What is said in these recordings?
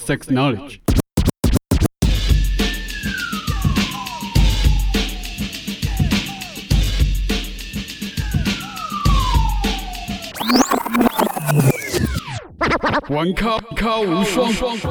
sex knowledge。玩咖无双，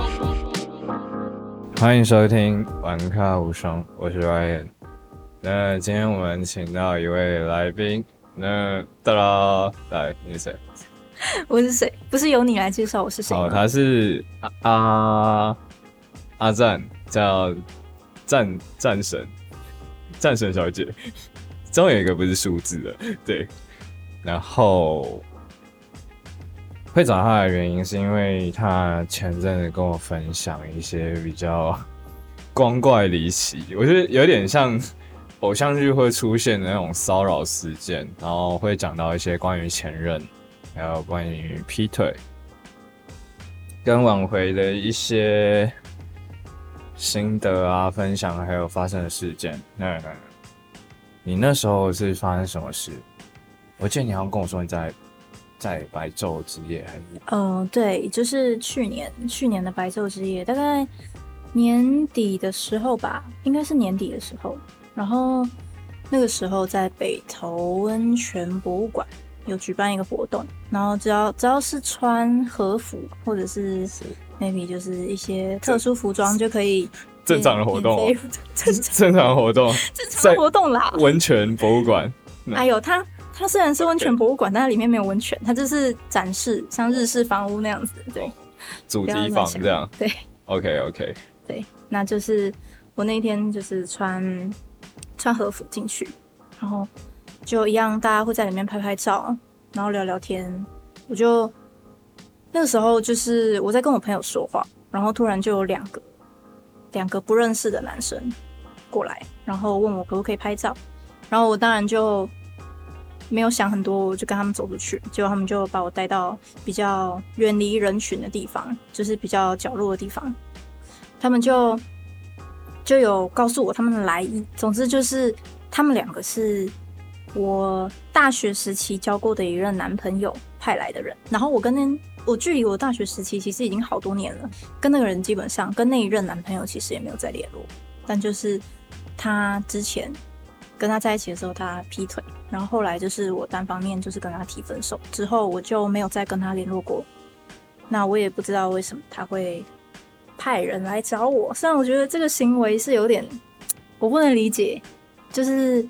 欢迎收听玩咖无双，我是 Ryan。那今天我们请到一位来宾，哒啦，来，你是谁？ 我是谁？不是由你来介绍我是谁吗？ 他是阿赞，叫战神小姐，终于有一个不是数字的，对。然后会找他的原因是因为他前阵子跟我分享一些比较光怪离奇，我觉得有点像偶像剧会出现的那种骚扰事件，然后会讲到一些关于前任，还有关于劈腿跟挽回的一些心得啊、分享，还有发生的事件。你那时候是发生什么事？我记得你好像跟我说你在白昼之夜还是？ 对，就是去年的白昼之夜，大概年底的时候吧，应该是年底的时候。然后那个时候在北投温泉博物馆有举办一个活动，然后只要是穿和服或者是 maybe 就是一些特殊服装就可以正常的活动，正常的活动啦，温泉博物馆。 还有它虽然是温泉博物馆，但它里面没有温泉，它就是展示像日式房屋那样子，对， 主题房这样， 对 ，OK， 对，那就是我那天就是穿和服进去，然后就一样，大家会在里面拍拍照，然后聊聊天。我就那个时候就是我在跟我朋友说话，然后突然就有两个不认识的男生过来，然后问我可不可以拍照，然后我当然就没有想很多，我就跟他们走出去，结果他们就把我带到比较远离人群的地方，就是比较角落的地方。他们就有告诉我他们的来意，总之就是他们两个是我大学时期交过的一任男朋友派来的人，然后我距离我大学时期其实已经好多年了，跟那个人基本上跟那一任男朋友其实也没有再联络，但就是他之前跟他在一起的时候他劈腿，然后后来就是我单方面就是跟他提分手之后，我就没有再跟他联络过。那我也不知道为什么他会派人来找我，虽然我觉得这个行为是有点我不能理解，就是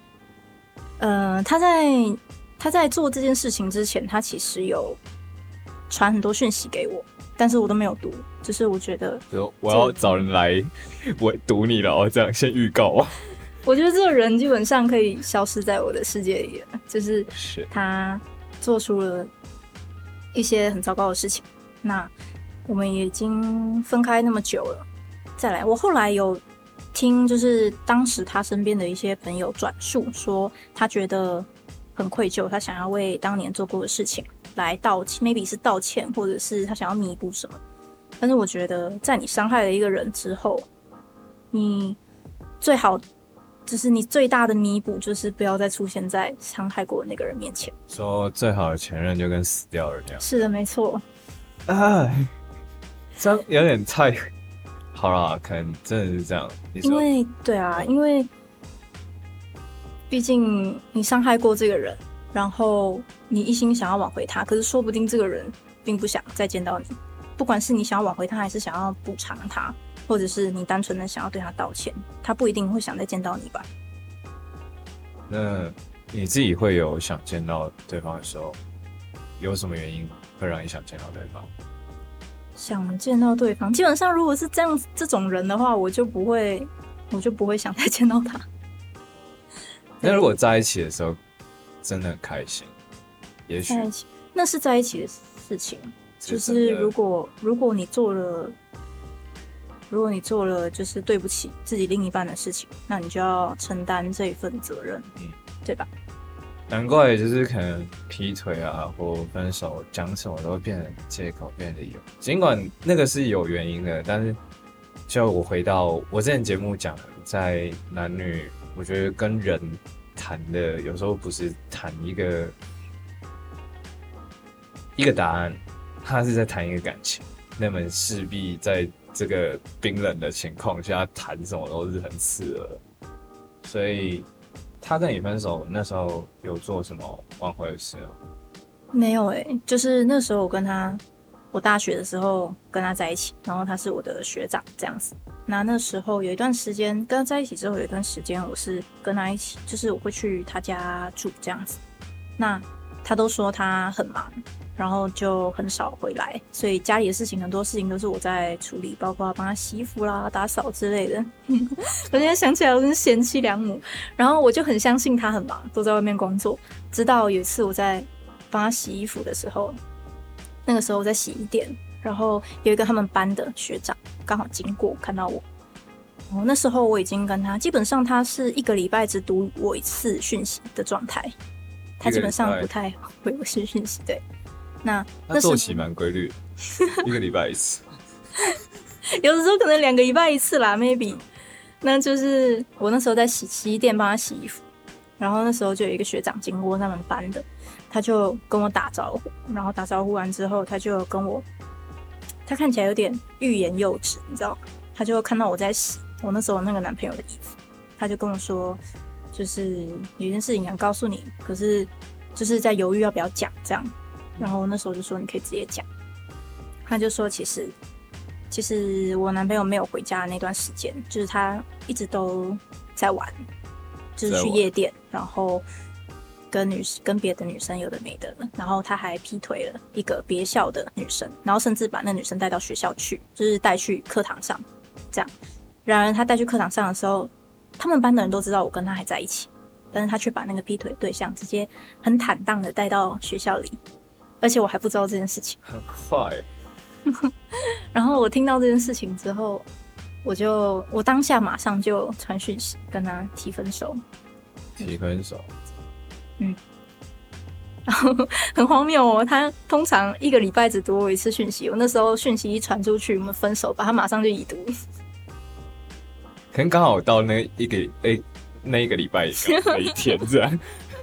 他在做这件事情之前，他其实有传很多讯息给我，但是我都没有读，就是我觉得我要找人来我读你了哦，这样先预告哦。 我觉得这个人基本上可以消失在我的世界里了，就是他做出了一些很糟糕的事情。那我们也已经分开那么久了，再来，我后来有听，就是当时他身边的一些朋友转述说，他觉得很愧疚，他想要为当年做过的事情来道歉 ，maybe 是道歉，或者是他想要弥补什么。但是我觉得，在你伤害了一个人之后，你最好就是你最大的弥补，就是不要再出现在伤害过的那个人面前。 说最好的前任就跟死掉了那样。 是的，没错。 这样有点太好啦，可能真的是这样。 因为对啊，因为毕竟你伤害过这个人，然后你一心想要挽回他，可是说不定这个人并不想再见到你。不管是你想要挽回他，还是想要补偿他，或者是你单纯的想要对他道歉，他不一定会想再见到你吧？ 那你自己会有想见到对方的时候，有什么原因会让你想见到对方？ 想见到对方，基本上如果是这种人的话，我就不会想再见到他。 那如果在一起的时候真的很开心，也许在一起那是在一起的事情，就是如果你做了就是对不起自己另一半的事情，那你就要承担这一份责任，对吧？ 难怪就是可能劈腿啊或分手讲什么都会变成借口变成理由，尽管那个是有原因的，但是就我回到我之前节目讲的，在男女我觉得跟人谈的有时候不是谈一个答案，他是在谈一个感情，那么势必在这个冰冷的情况下谈什么都是很刺耳，所以他跟你分手那时候有做什么挽回的事吗？ 没有就是那时候我大学的时候跟他在一起，然后他是我的学长这样子。那时候有一段时间跟他在一起之后，有一段时间我是跟他一起，就是我会去他家住这样子。那他都说他很忙，然后就很少回来，所以家里的事情很多事情都是我在处理，包括帮他洗衣服啦、打扫之类的。我现在想起来我真是贤妻良母。然后我就很相信他很忙，都在外面工作。直到有一次我在帮他洗衣服的时候，那个时候我在洗衣店，然后有一个他们班的学长刚好经过看到我。那时候我已经跟他基本上他是1个礼拜只读我1次讯息的状态，他基本上不太回我讯息。对，那作息蛮规律的，1个礼拜1次。 有的时候可能2个礼拜1次啦 ，maybe。那就是我那时候在洗衣店帮他洗衣服，然后那时候就有一个学长经过他们班的，他就跟我打招呼，然后打招呼完之后，他就跟我，他看起来有点欲言又止，你知道吗？他就看到我在洗我那时候那个男朋友的衣服，他就跟我说，就是有一件事情想告诉你，可是就是在犹豫要不要讲这样。然后那时候就说你可以直接讲。他就说其实我男朋友没有回家的那段时间，就是他一直都在玩，就是去夜店，然后跟别的女生有的没的，然后他还劈腿了一个别校的女生，然后甚至把那女生带到学校去，就是带去课堂上这样。然而他带去课堂上的时候，他们班的人都知道我跟他还在一起，但是他却把那个劈腿对象直接很坦荡的带到学校里，而且我还不知道这件事情。 很快。 然后我听到这件事情之后，我当下马上就传讯息跟他提分手。 提分手？ 然后很荒谬哦，他通常1个礼拜只读我1次讯息，我那时候讯息一传出去，我们分手吧，他马上就已读。 可能刚好到那一个礼拜那一天这样。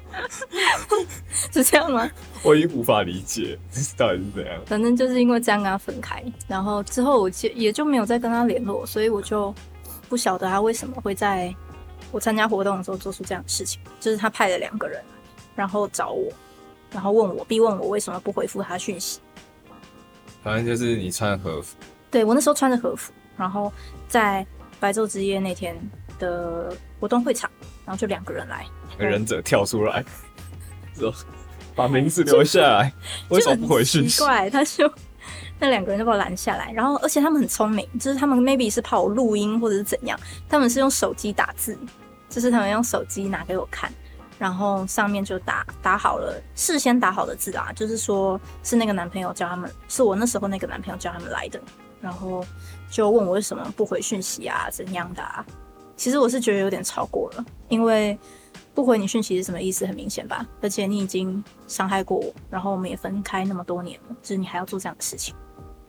是这样吗？ 我已经无法理解到底是怎样。 反正就是因为这样跟他分开，然后之后也就没有再跟他联络，所以我就不晓得他为什么会在我参加活动的时候做出这样的事情。就是他派了2个人，然后找我，然后逼问我为什么不回复他讯息。 反正就是你穿和服。对， 我那时候穿着和服，然后在白昼之夜那天的活动会场，然后就2个人来， 忍者跳出来，说把名字留下来，为什么不回讯息？ 奇怪，那2个人就把我拦下来，然后而且他们很聪明，就是他们 maybe 是怕我录音或者是怎样，他们是用手机打字，就是他们用手机拿给我看，然后上面就打好了，事先打好的字啊，就是说是那个男朋友叫他们，是我那时候那个男朋友叫他们来的，然后就问我为什么不回讯息啊，怎样的啊？其实我是觉得有点超过了，因为不回你讯息是什么意思？很明显吧？而且你已经伤害过我，然后我们也分开那么多年了，就是你还要做这样的事情。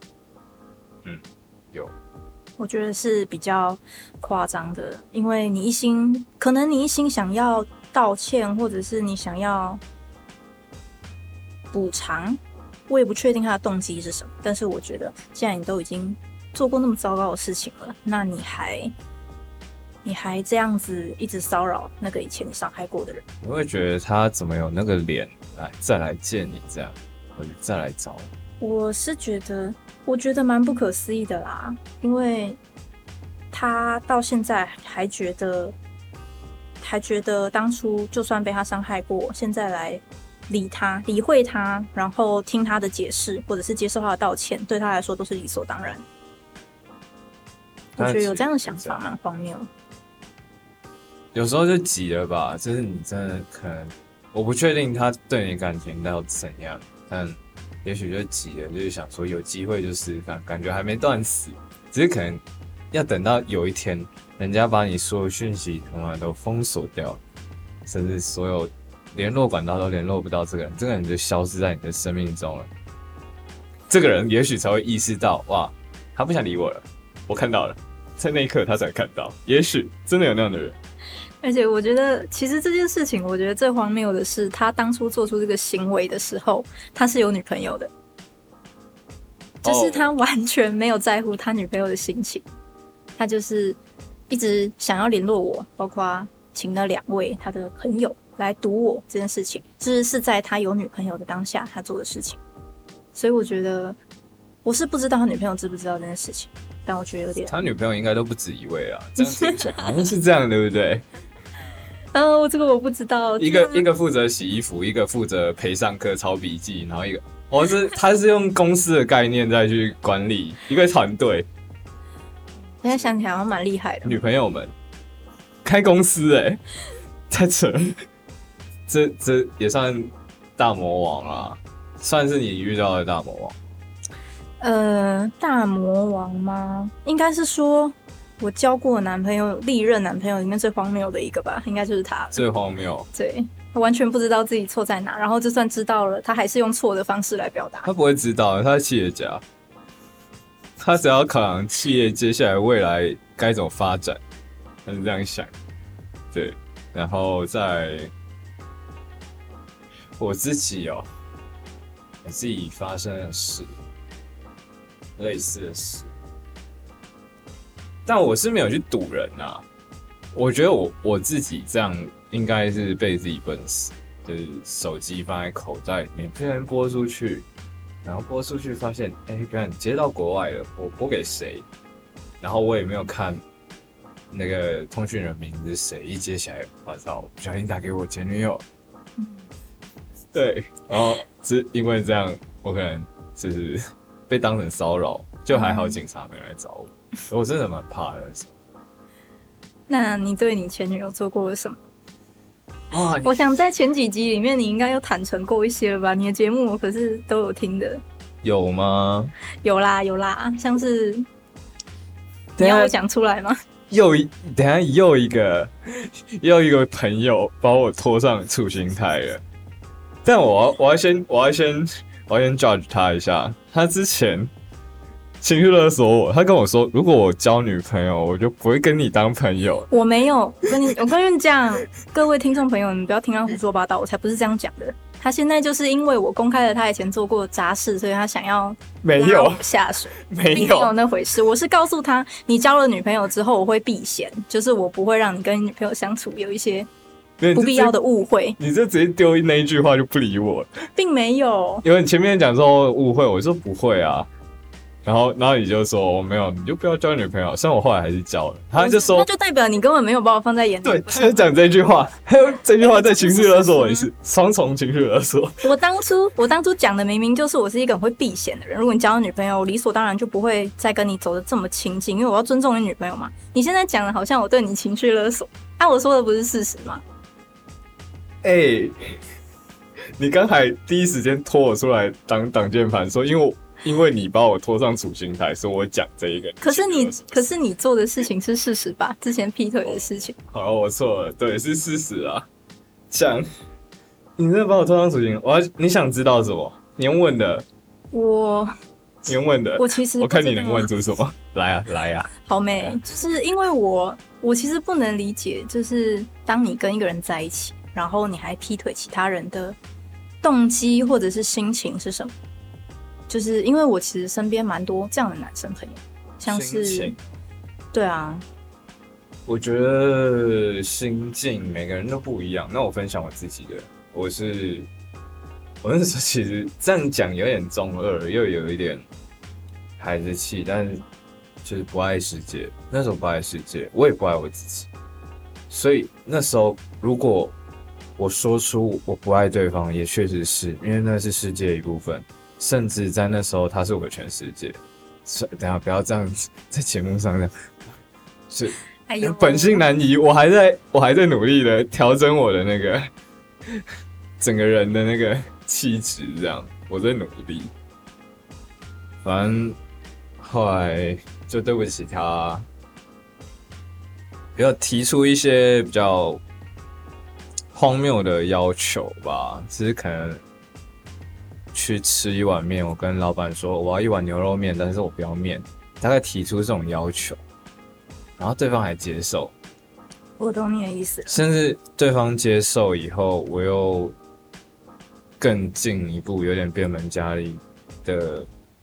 有， 我觉得是比较夸张的，因为可能你一心想要道歉，或者是你想要补偿，我也不确定他的动机是什么。但是我觉得，既然你都已经做过那么糟糕的事情了，那你还这样子一直骚扰那个以前你伤害过的人， 你会觉得他怎么有那个脸再来见你这样，或者再来找你？ 我觉得蛮不可思议的啦，因为他到现在还觉得当初就算被他伤害过，现在来理会他，然后听他的解释，或者是接受他的道歉，对他来说都是理所当然。我觉得有这样的想法蛮荒谬。 有时候就急了吧，就是你真的可能，我不确定他对你感情到怎样，但也许就急了，就是想说有机会就试试看，感觉还没断死，只是可能要等到有一天，人家把你所有讯息通常都封锁掉，甚至所有联络管道都联络不到这个人，这个人就消失在你的生命中了。这个人也许才会意识到，哇，他不想理我了，我看到了，在那一刻他才看到，也许真的有那样的人。 而且我觉得，其实这件事情，我觉得最荒谬的是，他当初做出这个行为的时候，他是有女朋友的。 就是他完全没有在乎他女朋友的心情，他就是一直想要联络我，包括请了2位他的朋友来堵我这件事情，是在他有女朋友的当下他做的事情。所以我觉得我是不知道他女朋友知不知道这件事情，但我觉得有点他女朋友应该都不止1位啊，这样听起来好像是这样，对不对？ 这个我不知道。 一个负责洗衣服，一个负责陪上课抄笔记，然后一个他是用公司的概念再去管理一个团队。 现在想起来好像蛮厉害的。 女朋友们开公司太扯，这也算大魔王啦，算是你遇到的大魔王。 大魔王吗？应该是说我交过男朋友，历任男朋友里面最荒谬的一个吧，应该就是他。 最荒谬。 对，他完全不知道自己错在哪，然后就算知道了，他还是用错的方式来表达。 他不会知道，他是企业家，他只要考量企业接下来未来该怎么发展，他是这样想。对，然后在我自己我自己发生的事，类似的事，但我是没有去堵人啊。我觉得我自己这样应该是被自己笨死，就是手机放在口袋里面，被人拨出去，然后拨出去发现，看接到国外了，我拨给谁？然后我也没有看那个通讯人名字是谁，一接起来，我操，不小心打给我前女友。对，然后是因为这样，我可能就是被当成骚扰，就还好警察没来找我，我真的蛮怕的。 那你对你前女友做过了什么？ 哇， 我想在前几集里面你应该有坦诚过一些了吧？你的节目我可是都有听的。 有吗？ 有啦，像是你要我讲出来吗？ 等一下又一个朋友把我拖上畜sinh台了，但我要先 judge 他一下，他之前情绪勒索我，他跟我说，如果我交女朋友，我就不会跟你当朋友。 我没有，我跟你讲，各位听众朋友，你们不要听他胡说八道，我才不是这样讲的。他现在就是因为我公开了他以前做过的杂事，所以他想要没有下水， 没有那回事。我是告诉他，你交了女朋友之后，我会避嫌，就是我不会让你跟女朋友相处有一些不必要的误会。 你这直接丢那一句话就不理我了， 并没有。 因为你前面讲说误会，我说不会啊。然后你就说没有，你就不要交女朋友。虽然我后来还是交了，他就说， 那就代表你根本没有把我放在眼里。 对，他就讲这句话，还有这句话在情绪勒索我一次，双重情绪勒索。 我当初讲的明明就是我是一个很会避嫌的人。如果你交了女朋友，我理所当然就不会再跟你走得这么亲近，因为我要尊重你女朋友嘛。你现在讲的好像我对你情绪勒索，我说的不是事实吗？ 你刚才第一时间拖我出来当挡箭牌，说因为你把我拖上处刑台，说我讲这一个。可是你做的事情是事实吧？之前劈腿的事情。 好，我错了，对，是事实啊。讲，你真的把我拖上处刑，你想知道什么？你用问的。你用问的。 我其实我看你能问出什么。来啊。 好美，就是因为我其实不能理解，就是当你跟一个人在一起，然后你还劈腿其他人的动机或者是心情是什么？就是因为我其实身边蛮多这样的男生朋友，像是，对啊， 我觉得心境每个人都不一样。那我分享我自己的，我那时候其实这样讲有点中二，又有一点孩子气，但是就是不爱世界。那时候不爱世界，我也不爱我自己，所以那时候如果我说出我不爱对方，也确实是因为那是世界的一部分。甚至在那时候，他是我的全世界。等一下不要这样子在节目上的，是本性难移。我还在努力的调整我的那个整个人的那个气质，这样我在努力。反正后来就对不起他，要提出一些比较荒谬的要求吧，只是可能。去吃一碗面，我跟老板说我要一碗牛肉面，但是我不要面，大概提出这种要求，然后对方还接受。 我懂你的意思。 甚至对方接受以后，我又更进一步，有点变本加厉的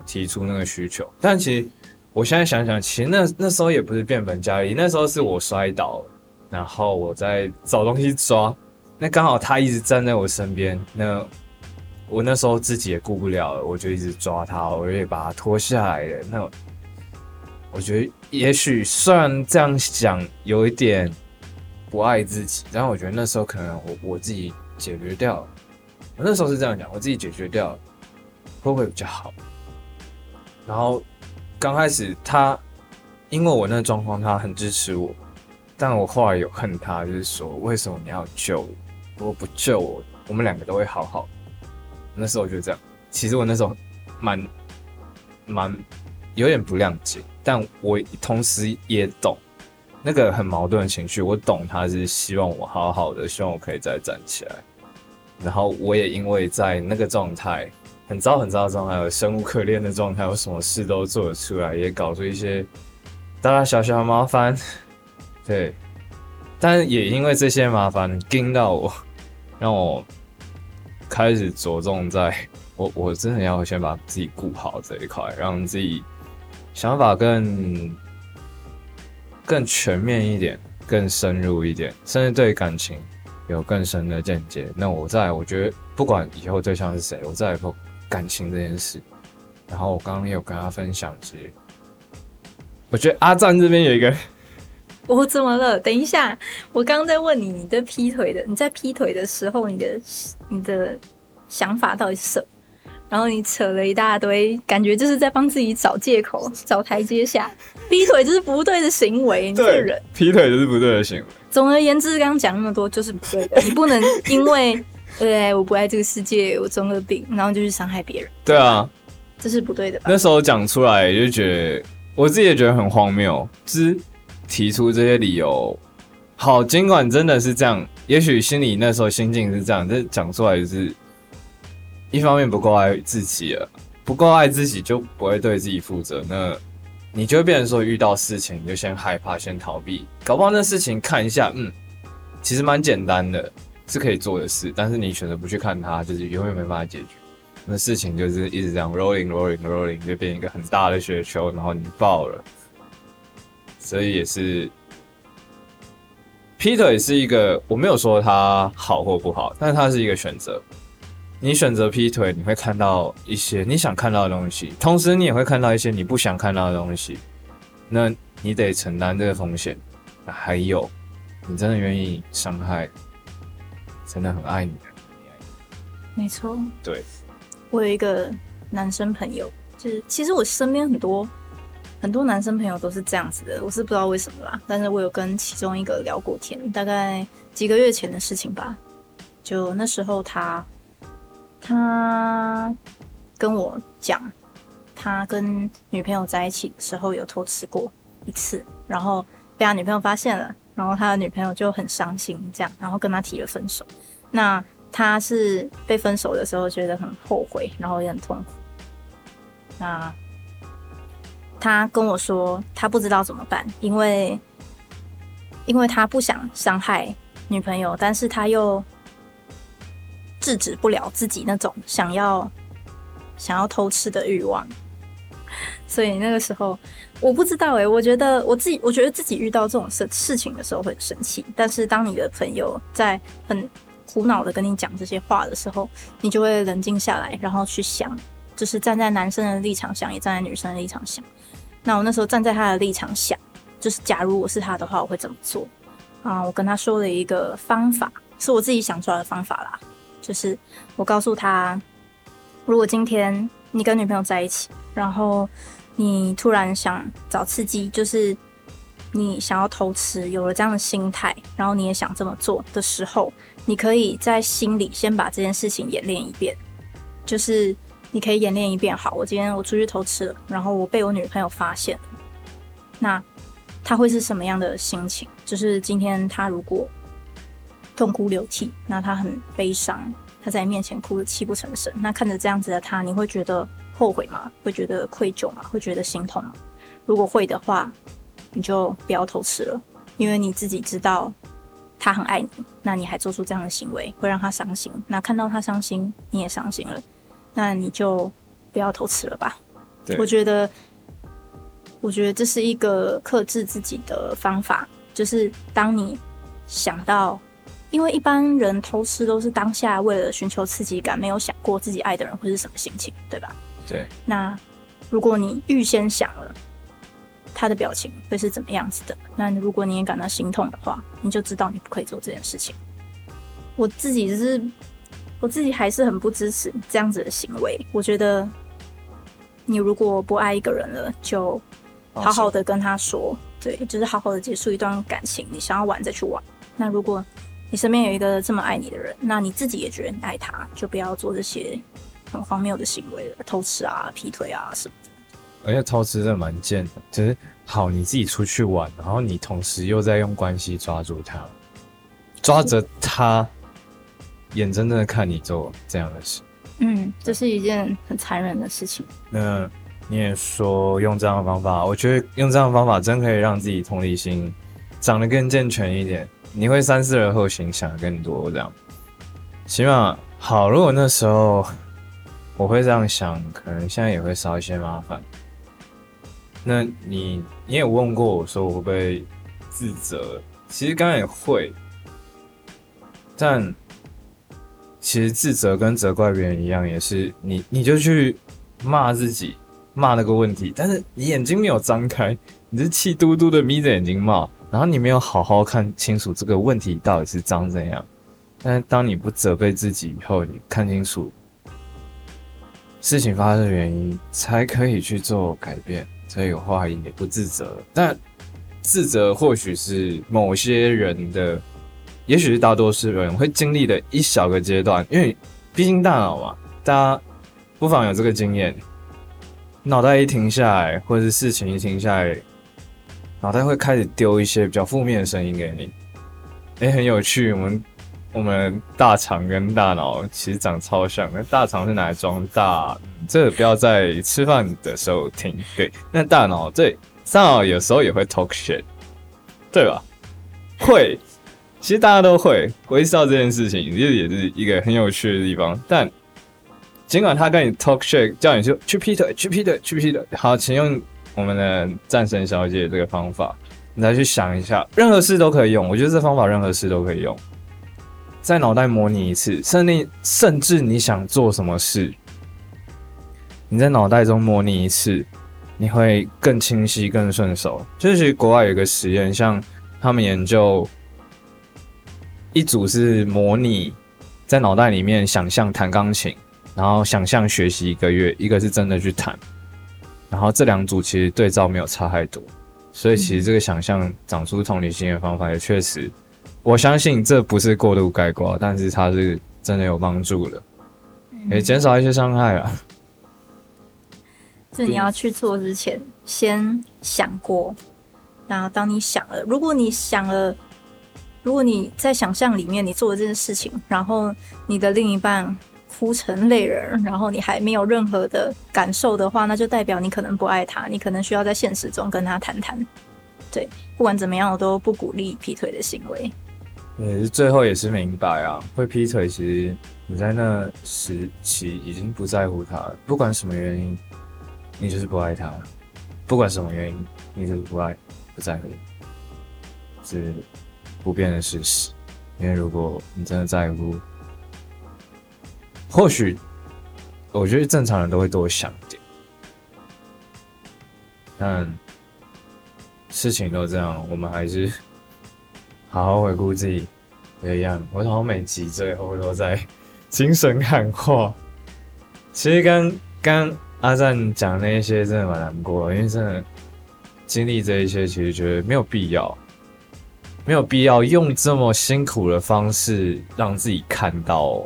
提出那个需求。但其实我现在想想，其实那时候也不是变本加厉，那时候是我摔倒了，然后我在找东西抓，那刚好他一直站在我身边，那我那时候自己也顾不了了，我就一直抓他，我也把他拖下来了。那我觉得也许虽然这样讲有一点不爱自己，但我觉得那时候可能我自己解决掉了。我那时候是这样讲，我自己解决掉了，会不会比较好？然后刚开始他因为我那个状况，他很支持我，但我后来有恨他，就是说为什么你要救我？如果不救我，我们两个都会好好。那时候我就这样，其实我那时候蛮有点不谅解，但我同时也懂那个很矛盾的情绪，我懂他是希望我好好的，希望我可以再站起来。然后我也因为在那个状态，很糟的状态，有生无可恋的状态，我什么事都做得出来，也搞出一些大大小小的麻烦，对。但也因为这些麻烦盯到我，让我开始着重在我真的要先把自己顾好这一块，让自己想法更全面一点，更深入一点，甚至对感情有更深的见解。那我觉得不管以后对象是谁，我再来碰感情这件事。然后我刚刚也有跟他分享，其实我觉得阿赞这边有一个， 我怎么了？等一下，我刚刚在问你，你在劈腿的时候，你的想法到底是什么？然后你扯了一大堆，感觉就是在帮自己找借口、找台阶下。劈腿就是不对的行为，你这个人。 劈腿就是不对的行为。 总而言之，刚刚讲那么多就是不对的，你不能因为我不爱这个世界，我中二病，然后就去伤害别人。 对啊， 这是不对的吧？ 那时候讲出来就觉得，我自己也觉得很荒谬，就是提出这些理由。好，尽管真的是这样，也许心里那时候心境是这样，但讲出来就是一方面不够爱自己了，不够爱自己就不会对自己负责，那你就会变成说遇到事情你就先害怕，先逃避，搞不好那事情看一下，其实蛮简单的，是可以做的事，但是你选择不去看它，就是永远没办法解决。那事情就是一直这样 rolling， 就变一个很大的雪球，然后你爆了。所以也是劈腿是一个，我没有说它好或不好，但是它是一个选择。你选择劈腿，你会看到一些你想看到的东西，同时你也会看到一些你不想看到的东西。那你得承担这个风险。还有，你真的愿意伤害真的很爱你的人？ 没错。 对， 我有一个男生朋友，就是其实我身边很多男生朋友都是这样子的，我是不知道为什么啦。但是我有跟其中一个聊过天，大概几个月前的事情吧。就那时候他跟我讲，他跟女朋友在一起的时候有偷吃过一次，然后被他女朋友发现了，然后他的女朋友就很伤心，这样，然后跟他提了分手。那他是被分手的时候觉得很后悔，然后也很痛苦。那他跟我说他不知道怎么办，因为他不想伤害女朋友，但是他又制止不了自己那种想要偷吃的欲望。所以那个时候我不知道我觉得自己遇到这种事情的时候会很生气，但是当你的朋友在很苦恼的跟你讲这些话的时候，你就会冷静下来，然后去想，就是站在男生的立场想，也站在女生的立场想。那我那时候站在他的立场想，就是假如我是他的话，我会怎么做啊？我跟他说了一个方法，是我自己想出来的方法啦，就是我告诉他，如果今天你跟女朋友在一起，然后你突然想找刺激，就是你想要偷吃，有了这样的心态，然后你也想这么做的时候，你可以在心里先把这件事情演练一遍，就是你可以演练一遍，好，我今天我出去偷吃了，然后我被我女朋友发现了，那她会是什么样的心情？就是今天她如果痛哭流涕，那她很悲伤，她在你面前哭得泣不成声，那看着这样子的她，你会觉得后悔吗？会觉得愧疚吗？会觉得心痛吗？如果会的话，你就不要偷吃了，因为你自己知道他很爱你，那你还做出这样的行为，会让他伤心。那看到他伤心，你也伤心了，那你就不要偷吃了吧。 对， 我觉得这是一个克制自己的方法，就是当你想到，因为一般人偷吃都是当下为了寻求刺激感，没有想过自己爱的人会是什么心情，对吧？ 对。 那如果你预先想了他的表情会是怎么样子的，那如果你也感到心痛的话，你就知道你不可以做这件事情。我自己还是很不支持这样子的行为。我觉得你如果不爱一个人了，就好好的跟他说，对，就是好好的结束一段感情。你想要玩再去玩。那如果你身边有一个这么爱你的人，那你自己也觉得你爱他，就不要做这些很荒谬的行为了，偷吃啊、劈腿啊什么的。 而且偷吃真的蛮贱的，就是好你自己出去玩，然后你同时又在用关系抓住他，抓着他，眼睁睁的看你做这样的事。 这是一件很残忍的事情。 那你也说用这样的方法，我觉得用这样的方法真可以让自己同理心长得更健全一点，你会三思而后行，想得更多这样。起码好，如果那时候我会这样想，可能现在也会少一些麻烦。那你也有问过我说我会不会自责？其实刚刚也会，但其实自责跟责怪别人一样，也是你就去骂自己，骂那个问题，但是你眼睛没有张开，你是气嘟嘟的眯着眼睛骂，然后你没有好好看清楚这个问题到底是长怎样。但是当你不责备自己以后，你看清楚事情发生的原因，才可以去做改变。所以有话也不自责，但自责或许是某些人的，也许是大多数人会经历的一小个阶段，因为毕竟大脑嘛，大家不妨有这个经验，脑袋一停下来，或者是事情一停下来，脑袋会开始丢一些比较负面的声音给你。很有趣，我们大肠跟大脑其实长超像，那大肠是拿来装大，这个不要在吃饭的时候听。对，那大脑有时候也会 talk shit， 对吧？会，其实大家都会。我意识到这件事情，这也是一个很有趣的地方。但尽管他跟你 talk shit， 叫你去劈腿，去劈腿，去劈腿，好，请用我们的战神小姐这个方法，你再去想一下，任何事都可以用。我觉得这方法任何事都可以用。在脑袋模拟一次，甚至你想做什么事，你在脑袋中模拟一次，你会更清晰、更顺手。就是国外有一个实验，像他们研究一组是模拟在脑袋里面想象弹钢琴，然后想象学习1个月，一个是真的去弹，然后这2组其实对照没有差太多，所以其实这个想象长出同理心的方法也确实。我相信这不是过度概括，但是它是真的有帮助的，可以减少一些伤害啊。 就你要去做之前，先想过，然后当你想了，如果你在想象里面你做了这件事情，然后你的另一半哭成泪人，然后你还没有任何的感受的话，那就代表你可能不爱他，你可能需要在现实中跟他谈谈。对，不管怎么样，我都不鼓励劈腿的行为。 最后也是明白啊，会劈腿，其实你在那时期已经不在乎他了，不管什么原因，你就是不爱他了。不管什么原因，你就是不在乎，是不变的事实。因为如果你真的在乎，或许我觉得正常人都会多想一点，但事情都这样，我们还是好好回顾自己的样。我好像每集最后都在精神喊话。其实刚阿赞讲那一些真的蛮难过的，因为真的经历这一些，其实觉得没有必要用这么辛苦的方式让自己看到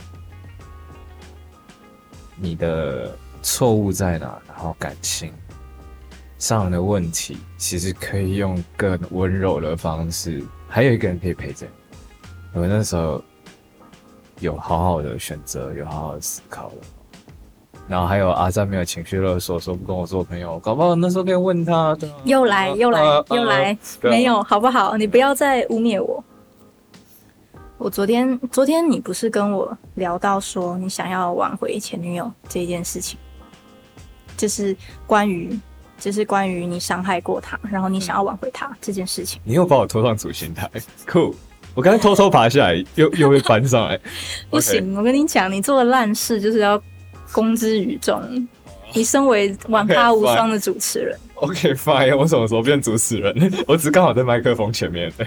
你的错误在哪，然后感情上的问题，其实可以用更温柔的方式。还有一个人可以陪着你，我那时候有好好的选择，有好好的思考了。然后还有阿赞没有情绪勒索，说不跟我做朋友，搞不好那时候可以问他。 又来，没有好不好？你不要再污蔑我。我昨天你不是跟我聊到说你想要挽回前女友这件事情？ 就是关于你伤害过他，然后你想要挽回他这件事情。 你又把我拖上主刑台，酷！我刚才偷偷爬下来，又被搬上来。 不行，我跟你讲，你做的烂事就是要公之于众。你身为玩咖无双的主持人 ，OK fine， 我什么时候变主持人？我只刚好在麦克风前面。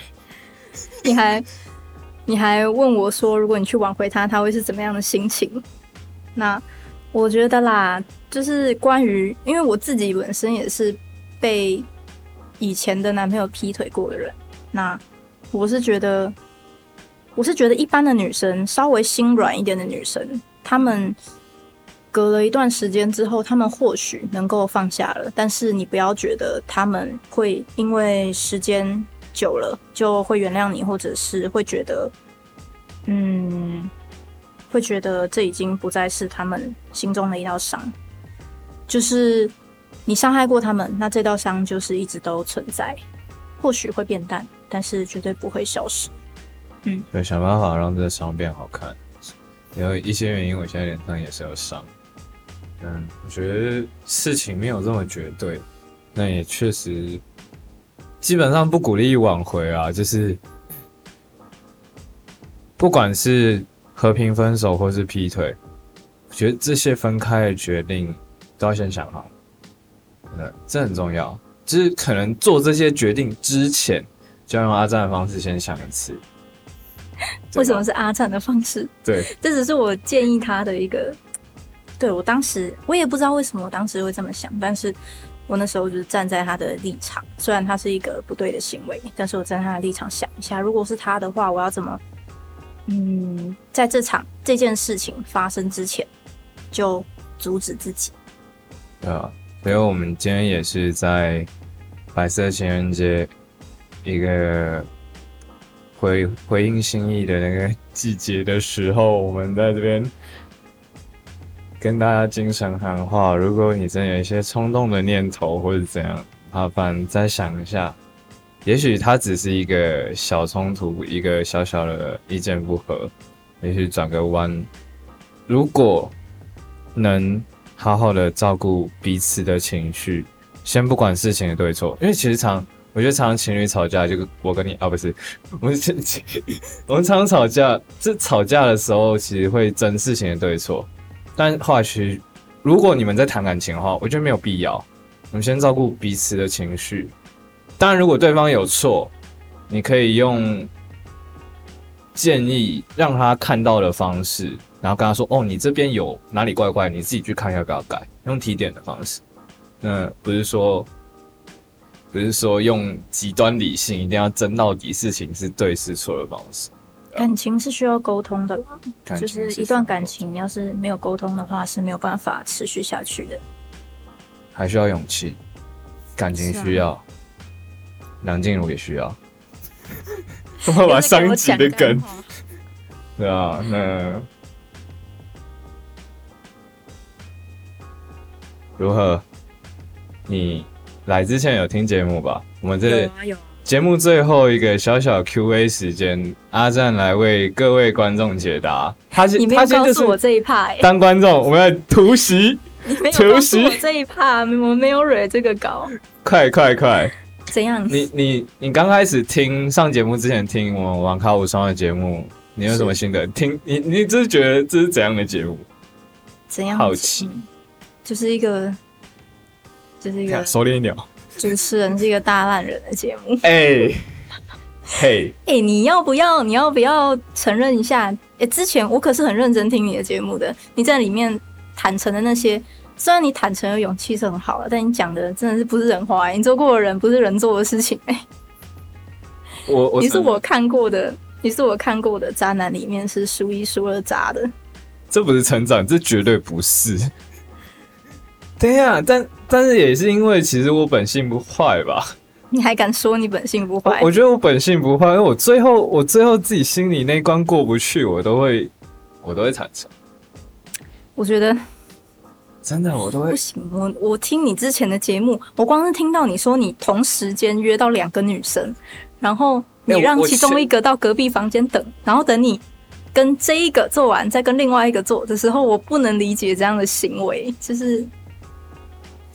你还问我说，如果你去挽回他，他会是怎么样的心情？那我觉得啦，就是关于，因为我自己本身也是被以前的男朋友劈腿过的人，那我是觉得一般的女生，稍微心软一点的女生，她们隔了一段时间之后，她们或许能够放下了，但是你不要觉得她们会因为时间久了就会原谅你，或者是会觉得这已经不再是他们心中的一道伤。就是你伤害过他们，那这道伤就是一直都存在，或许会变淡，但是绝对不会消失。 对，想办法让这个伤变好看。有一些原因，我现在脸上也是有伤。我觉得事情没有这么绝对，那也确实基本上不鼓励挽回啊，就是不管是和平分手或是劈腿，我觉得这些分开的决定都要先想好，这很重要。就是可能做这些决定之前，就要用阿赞的方式先想一次。 为什么是阿赞的方式？ 对， 这只是我建议他的一个。对，我当时我也不知道为什么我当时会这么想，但是我那时候就是站在他的立场，虽然他是一个不对的行为，但是我站在他的立场想一下，如果是他的话，我要怎么在这件事情发生之前就阻止自己。 对啊，所以我们今天也是在白色情人节一个回应心意的那个季节的时候，我们在这边跟大家精神喊话，如果你真的有一些冲动的念头或者怎样，麻烦再想一下，也许它只是一个小冲突，一个小小的意见不合，也许转个弯，如果能好好的照顾彼此的情绪，先不管事情的对错，因为其实我觉得常情侣吵架，就我跟你不是，我们常吵架，这吵架的时候其实会争事情的对错。但后来其实，如果你们在谈感情的话，我觉得没有必要。我们先照顾彼此的情绪。当然，如果对方有错，你可以用建议让他看到的方式，然后跟他说：“哦，你这边有哪里怪怪，你自己去看要不要改。”用提点的方式。那不是说用极端理性，一定要争到底事情是对是错的方式。 感情是需要沟通的啦，就是一段感情要是没有沟通的话，是没有办法持续下去的。 还需要勇气，感情需要，梁静茹也需要。我会把上一集的梗，对啊，那如何？你来之前有听节目吧？我们这有节目最后一个小小 Q&A 时间，阿赞来为各位观众解答。 你没有告诉我这一趴当观众，我们来突袭。 你没有告诉我这一趴，我没有蕊这个稿。 快！ 怎样？ 你刚开始上节目之前听我们玩咖无双的节目，你有什么心得？你就是觉得这是怎样的节目？ 怎样？ 好奇， 就是一个收敛鸟。 主持人是一个大烂人的节目。 嘿， 你要不要承认一下？之前我可是很认真听你的节目的，你在里面坦诚的那些，虽然你坦诚的勇气是很好的，但你讲的真的是不是人话，你做过的人不是人做的事情。你是我看过的渣男里面是数一数二渣的。 这不是成长，这绝对不是。对呀，但是也是因为其实我本性不坏吧？ 你还敢说你本性不坏？ 我觉得我本性不坏，因为我最后自己心里那关过不去，我都会坦诚。我觉得真的我都会不行。我听你之前的节目，我光是听到你说你同时间约到2个女生，然后你让其中一个到隔壁房间等，然后等你跟这一个做完，再跟另外一个做的时候，我不能理解这样的行为，就是。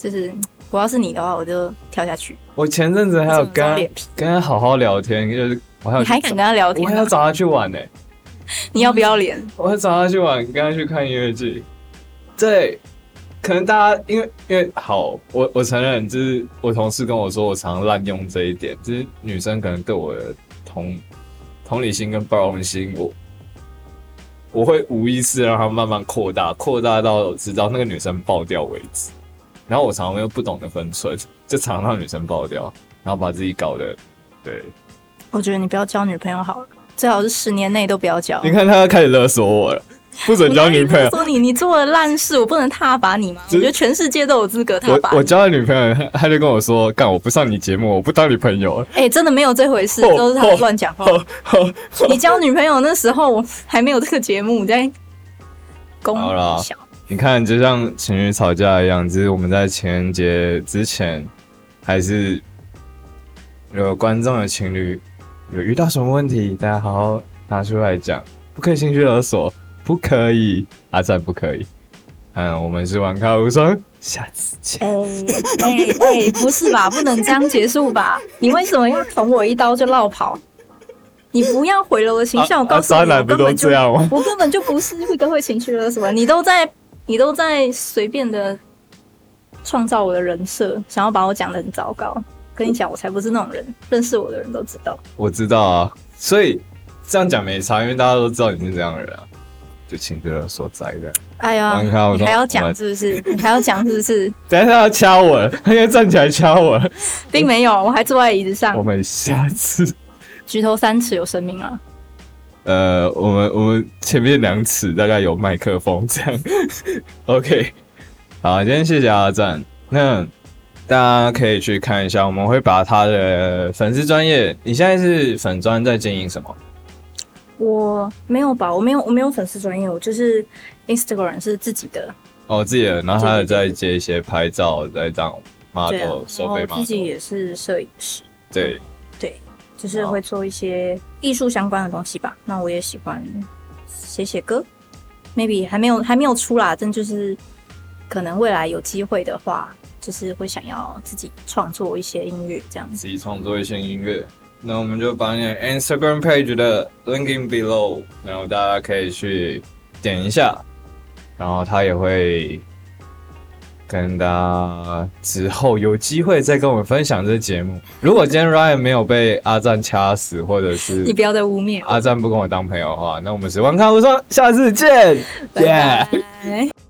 就是我要是你的话，我就跳下去。 我前阵子还有跟这种脸皮他好好聊天，就是我还有你还敢跟他聊天、啊？ 我还要找他去玩呢、 你要不要脸？ 我要找他去玩，跟他去看音乐剧。对，可能大家因为好，我承认，就是我同事跟我说，我常滥用这一点，就是女生可能对我的同理心跟包容心，我会无意识让它慢慢扩大到直到那个女生爆掉为止。然后我常常又不懂得分寸，就常让女生爆掉，然后把自己搞得对。 我觉得你不要交女朋友好了，最好是10年内都不要交。 你看他开始勒索我了，不准交女朋友。 说你做了烂事，我不能挞伐你吗？我觉得全世界都有资格挞伐你。 我交了女朋友，他就跟我说：“干，我不上你节目，我不当你朋友。” 真的没有这回事，都是他乱讲话。你交女朋友那时候，我还没有这个节目，你在攻小。 你看，就像情侣吵架一样，就是我们在情人节之前，还是有观众的情侣有遇到什么问题，大家好好拿出来讲，不可以情绪勒索，不可以，阿赞不可以。我们是玩咖无双，下次见。 不是吧？不能这样结束吧？你为什么要捅我一刀就落跑？你不要毁了我的形象！我告诉你， 渣男不都这样吗？ 我根本就不是一个会情绪勒索的人，你都在随便的创造我的人设，想要把我讲得很糟糕。跟你讲，我才不是那种人，认识我的人都知道。 我知道啊，所以这样讲没差，因为大家都知道你是这样的人啊，就情绪勒索仔的。 哎呀，你还要讲是不是？你还要讲是不是？ 等一下他要掐我了，他应该站起来掐我了。 并没有，我还坐在椅子上。 我们下次举头3尺有神明啊。 我们前面2尺大概有麦克风这样。OK， 好，今天谢谢阿赞。那大家可以去看一下，我们会把他的粉丝专页。你现在是粉专在经营什么？ 我没有吧，我没有粉丝专页，我就是 Instagram 是自己的。 自己的，然后他也在接一些拍照，在当 model 收费 model。 自己也是摄影师。 对。 就是会做一些艺术相关的东西吧。那我也喜欢写歌 ，maybe 还没有出啦，但就是可能未来有机会的话，就是会想要自己创作一些音乐这样子。 自己创作一些音乐，那我们就把你的 Instagram page 的 linking below， 然后大家可以去点一下，然后他也会跟大家之后有机会再跟我们分享这个节目。如果今天 Ryan 没有被阿赞掐死，或者是你不要再污蔑阿赞不跟我当朋友的话，那我们是玩咖无双，下次见， 拜拜。